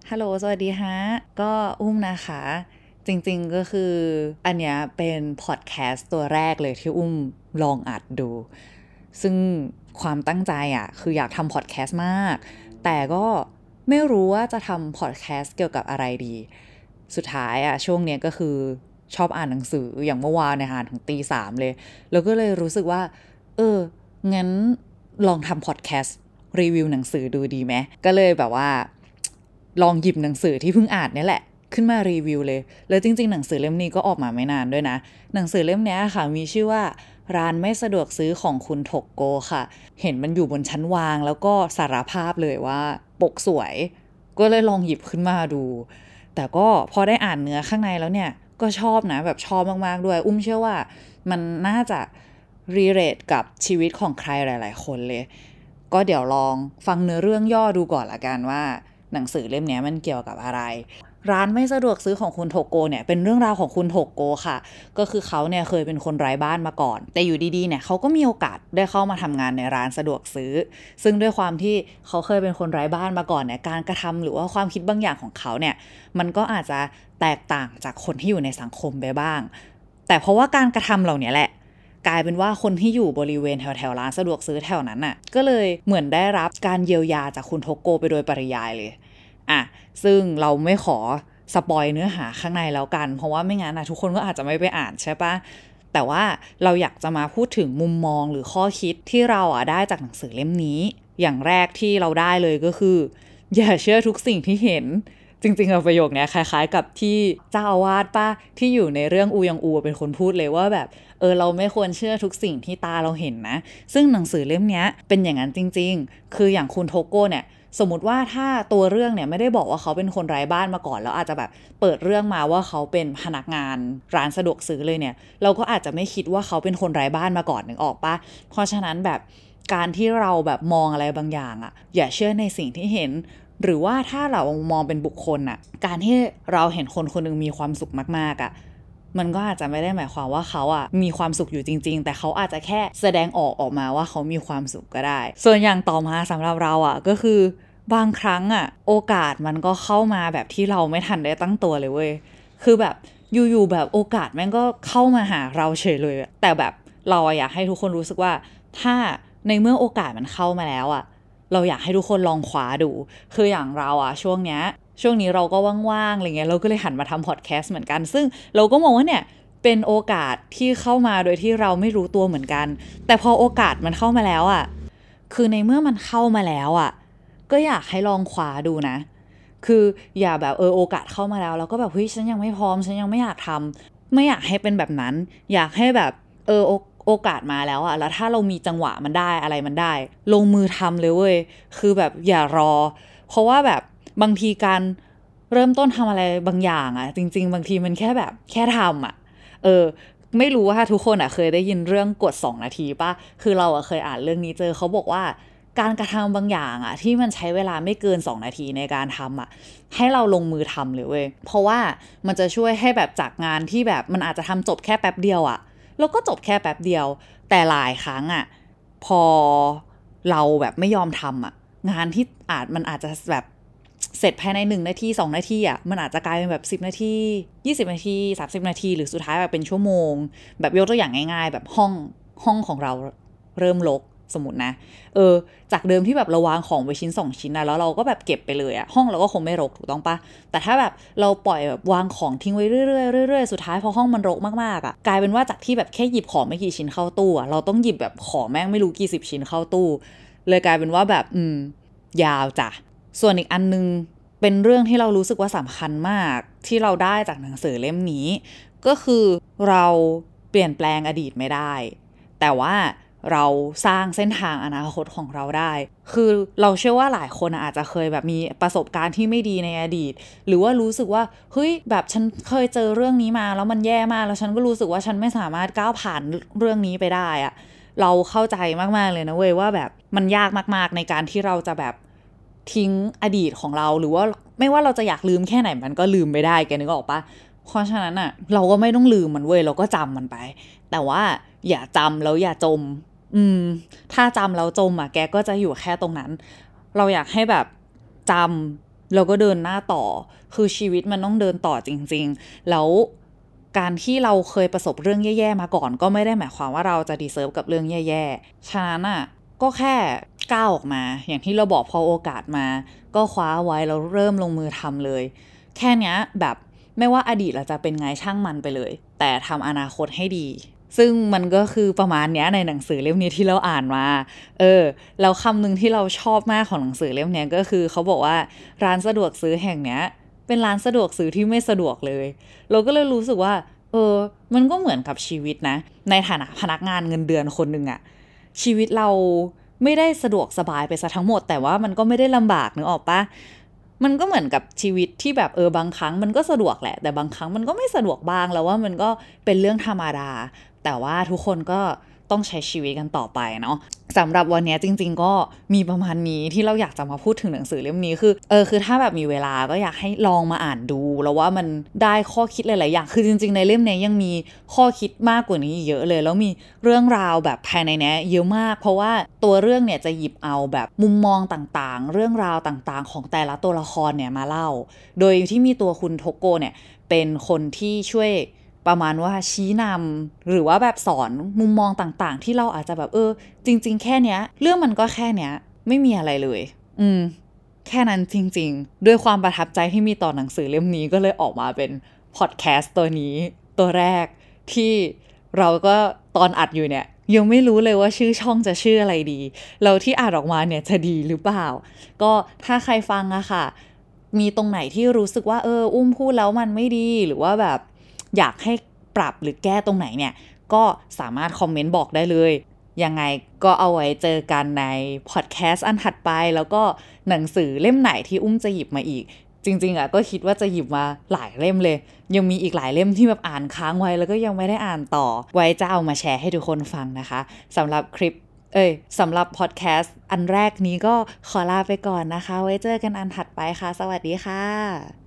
ฮัลโหลสวัสดีฮะก็อุ้มนะคะจริงๆก็คืออันเนี้ยเป็นพอดแคสต์ตัวแรกเลยที่อุ้มลองอัดดูซึ่งความตั้งใจคืออยากทำพอดแคสต์มากแต่ก็ไม่รู้ว่าจะทำพอดแคสต์เกี่ยวกับอะไรดีสุดท้ายช่วงเนี้ยก็คือชอบอ่านหนังสืออย่างเมื่อวานเนี่ยอ่านถึงตี 3เลยแล้วก็เลยรู้สึกว่างั้นลองทำพอดแคสต์รีวิวหนังสือดูดีไหมก็เลยแบบว่าลองหยิบหนังสือที่เพิ่งอ่านนี่แหละขึ้นมารีวิวเลยแล้วจริงๆหนังสือเล่มนี้ก็ออกมาไม่นานด้วยนะหนังสือเล่มนี้ค่ะมีชื่อว่าร้านไม่สะดวกซื้อของคุณทกโกค่ะเห็นมันอยู่บนชั้นวางแล้วก็สารภาพเลยว่าปกสวยก็เลยลองหยิบขึ้นมาดูแต่ก็พอได้อ่านเนื้อข้างในแล้วเนี่ยก็ชอบนะแบบชอบมากๆด้วยอุ้มเชื่อว่ามันน่าจะรีเลทกับชีวิตของใครหลายๆคนเลยก็เดี๋ยวลองฟังเนื้อเรื่องย่อดูก่อนละกันว่าหนังสือเล่มนี้มันเกี่ยวกับอะไรร้านไม่สะดวกซื้อของคุณโทโกเนี่ยเป็นเรื่องราวของคุณโทโกค่ะก็คือเขาเนี่ยเคยเป็นคนไร้บ้านมาก่อนแต่อยู่ดีๆเนี่ยเขาก็มีโอกาสได้เข้ามาทำงานในร้านสะดวกซื้อซึ่งด้วยความที่เขาเคยเป็นคนไร้บ้านมาก่อนเนี่ยการกระทำหรือว่าความคิดบางอย่างของเขาเนี่ยมันก็อาจจะแตกต่างจากคนที่อยู่ในสังคมไปบ้างแต่เพราะว่าการกระทำเหล่านี้แหละกลายเป็นว่าคนที่อยู่บริเวณแถวๆร้านสะดวกซื้อแถวนั้นน่ะก็เลยเหมือนได้รับการเยียวยาจากคุณโทโกไปโดยปริยายเลยซึ่งเราไม่ขอสปอยเนื้อหาข้างในแล้วกันเพราะว่าไม่งั้นทุกคนก็อาจจะไม่ไปอ่านใช่ปะแต่ว่าเราอยากจะมาพูดถึงมุมมองหรือข้อคิดที่เราได้จากหนังสือเล่มนี้อย่างแรกที่เราได้เลยก็คืออย่าเชื่อทุกสิ่งที่เห็นจริงๆประโยคนี้คล้ายๆกับที่เจ้าอาวาสป้าที่อยู่ในเรื่องอูยังอูเป็นคนพูดเลยว่าแบบเราไม่ควรเชื่อทุกสิ่งที่ตาเราเห็นนะซึ่งหนังสือเล่มนี้เป็นอย่างนั้นจริงๆคืออย่างคุณโทโก้เนี่ยสมมติว่าถ้าตัวเรื่องเนี่ยไม่ได้บอกว่าเขาเป็นคนไร้บ้านมาก่อนแล้วอาจจะแบบเปิดเรื่องมาว่าเขาเป็นพนักงานร้านสะดวกซื้อเลยเนี่ยเราก็อาจจะไม่คิดว่าเขาเป็นคนไร้บ้านมาก่อนนึกออกปะเพราะฉะนั้นแบบการที่เราแบบมองอะไรบางอย่างอย่าเชื่อในสิ่งที่เห็นหรือว่าถ้าเรามองเป็นบุคคลการที่เราเห็นคนคนนึงมีความสุขมากๆมันก็อาจจะไม่ได้หมายความว่าเขามีความสุขอยู่จริงๆแต่เขาอาจจะแค่แสดงออกมาว่าเขามีความสุขก็ได้ส่วนอย่างต่อมาสำหรับเราก็คือบางครั้งโอกาสมันก็เข้ามาแบบที่เราไม่ทันได้ตั้งตัวเลยเว้ยคือแบบอยู่ๆแบบโอกาสแม่งก็เข้ามาหาเราเฉยเลยแต่แบบเราอยากให้ทุกคนรู้สึกว่าถ้าในเมื่อโอกาสมันเข้ามาแล้วเราอยากให้ทุกคนลองคว้าดูคืออย่างเราช่วงนี้เราก็ว่างๆอะไรเงี้ยเราก็เลยหันมาทำพอดแคสต์เหมือนกันซึ่งเราก็มองว่าเนี่ยเป็นโอกาสที่เข้ามาโดยที่เราไม่รู้ตัวเหมือนกันแต่พอโอกาสมันเข้ามาแล้วคือในเมื่อมันเข้ามาแล้วก็อยากให้ลองคว้าดูนะคืออย่าแบบโอกาสเข้ามาแล้วก็แบบเฮ้ยฉันยังไม่พร้อมฉันยังไม่อยากทำไม่อยากให้เป็นแบบนั้นอยากให้แบบโอกาสมาแล้วแล้วถ้าเรามีจังหวะมันได้อะไรมันได้ลงมือทำเลยเว้ยคือแบบอย่ารอเพราะว่าแบบบางทีการเริ่มต้นทำอะไรบางอย่างจริงๆบางทีมันแค่แบบแค่ทำไม่รู้ว่าทุกคนเคยได้ยินเรื่องกฎ2 นาทีป่ะคือเราเคยอ่านเรื่องนี้เจอเขาบอกว่าการกระทำบางอย่างที่มันใช้เวลาไม่เกิน2 นาทีในการทำให้เราลงมือทำเลยเว้ยเพราะว่ามันจะช่วยให้แบบจากงานที่แบบมันอาจจะทำจบแค่แป๊บเดียวแล้วก็จบแค่แป๊บเดียวแต่หลายครั้งพอเราแบบไม่ยอมทำงานที่มันอาจจะแบบเสร็จภายใน1 นาที2 นาทีมันอาจจะกลายเป็นแบบ10 นาที20 นาที30 นาทีหรือสุดท้ายแบบเป็นชั่วโมงแบบยกตัวอย่างง่ายๆแบบห้องของเราเริ่มรกสมมตินะจากเดิมที่แบบเราวางของไว้ชิ้น2 ชิ้นแล้วเราก็แบบเก็บไปเลยห้องเราก็คงไม่รกถูกต้องปะแต่ถ้าแบบเราปล่อยแบบวางของทิ้งไว้เรื่อยๆเรื่อยๆสุดท้ายพอห้องมันรกมากๆกลายเป็นว่าจากที่แบบแค่หยิบของไม่กี่ชิ้นเข้าตู้เราต้องหยิบแบบของแม่งไม่รู้กี่สิบชิ้นเข้าตู้เลยกลายเป็นว่าแบบยาวจ้ะส่วนอีกอันนึงเป็นเรื่องที่เรารู้สึกว่าสำคัญมากที่เราได้จากหนังสือเล่มนี้ก็คือเราเปลี่ยนแปลงอดีตไม่ได้แต่ว่าเราสร้างเส้นทางอนาคตของเราได้คือเราเชื่อว่าหลายคนอาจจะเคยแบบมีประสบการณ์ที่ไม่ดีในอดีตหรือว่ารู้สึกว่าเฮ้ยแบบฉันเคยเจอเรื่องนี้มาแล้วมันแย่มากแล้วฉันก็รู้สึกว่าฉันไม่สามารถก้าวผ่านเรื่องนี้ไปได้เราเข้าใจมากๆเลยนะเว้ยว่าแบบมันยากมากๆในการที่เราจะแบบทิ้งอดีตของเราหรือว่าไม่ว่าเราจะอยากลืมแค่ไหนมันก็ลืมไม่ได้แกนึกออกปะเพราะฉะนั้นเราก็ไม่ต้องลืมมันเว้ยเราก็จำมันไปแต่ว่าอย่าจำแล้วอย่าจมถ้าจำแล้วจมแกก็จะอยู่แค่ตรงนั้นเราอยากให้แบบจเราก็เดินหน้าต่อคือชีวิตมันต้องเดินต่อจริงๆแล้วการที่เราเคยประสบเรื่องแย่ๆมาก่อนก็ไม่ได้หมายความว่าเราจะดีเซิร์ฟกับเรื่องแย่ๆฉะนั้นอ่ะก็แค่ก้าวออกมาอย่างที่เราบอกพอโอกาสมาก็คว้าไว้แล้วเริ่มลงมือทำเลยแค่เนี้ยแบบไม่ว่าอดีตเราจะเป็นไงช่างมันไปเลยแต่ทำอนาคตให้ดีซึ่งมันก็คือประมาณเนี้ยในหนังสือเล่มนี้ที่เราอ่านมาแล้วคำหนึ่งที่เราชอบมากของหนังสือเล่มนี้ก็คือเขาบอกว่าร้านสะดวกซื้อแห่งเนี้ยเป็นร้านสะดวกซื้อที่ไม่สะดวกเลยเราก็เลยรู้สึกว่ามันก็เหมือนกับชีวิตนะในฐานะพนักงานเงินเดือนคนหนึ่งอะชีวิตเราไม่ได้สะดวกสบายไปซะทั้งหมดแต่ว่ามันก็ไม่ได้ลำบากนึกออกปะมันก็เหมือนกับชีวิตที่แบบบางครั้งมันก็สะดวกแหละแต่บางครั้งมันก็ไม่สะดวกบ้างแล้วว่ามันก็เป็นเรื่องธรรมดาแต่ว่าทุกคนก็ต้องใช้ชีวิตกันต่อไปเนาะสำหรับวันนี้จริงๆก็มีประมาณนี้ที่เราอยากจะมาพูดถึงหนังสือเล่มนี้คือถ้าแบบมีเวลาก็อยากให้ลองมาอ่านดูแล้วว่ามันได้ข้อคิดหลายๆอย่างคือจริงๆในเล่มนี้ยังมีข้อคิดมากกว่านี้เยอะเลยแล้วมีเรื่องราวแบบภายในนี้เยอะมากเพราะว่าตัวเรื่องเนี่ยจะหยิบเอาแบบมุมมองต่างๆเรื่องราวต่างๆของแต่ละตัวละครเนี่ยมาเล่าโดยที่มีตัวคุณโทโกเนี่ยเป็นคนที่ช่วยประมาณว่าชี้นำหรือว่าแบบสอนมุมมองต่างๆที่เราอาจจะแบบจริงๆแค่เนี้ยเรื่องมันก็แค่เนี้ยไม่มีอะไรเลยแค่นั้นจริงๆด้วยความประทับใจที่มีต่อหนังสือเล่มนี้ก็เลยออกมาเป็นพอดแคสต์ตัวนี้ตัวแรกที่เราก็ตอนอัดอยู่เนี่ยยังไม่รู้เลยว่าชื่อช่องจะชื่ออะไรดีแล้วที่อ่านออกมาเนี่ยจะดีหรือเปล่าก็ถ้าใครฟังอะค่ะมีตรงไหนที่รู้สึกว่าอุ้มพูดแล้วมันไม่ดีหรือว่าแบบอยากให้ปรับหรือแก้ตรงไหนเนี่ยก็สามารถคอมเมนต์บอกได้เลยยังไงก็เอาไว้เจอกันในพอดแคสต์อันถัดไปแล้วก็หนังสือเล่มไหนที่อุ้มจะหยิบมาอีกจริงๆอะก็คิดว่าจะหยิบมาหลายเล่มเลยยังมีอีกหลายเล่มที่แบบอ่านค้างไว้แล้วก็ยังไม่ได้อ่านต่อไว้จะเอามาแชร์ให้ทุกคนฟังนะคะสำหรับสำหรับพอดแคสต์อันแรกนี้ก็ขอลาไปก่อนนะคะไว้เจอกันอันถัดไปค่ะสวัสดีค่ะ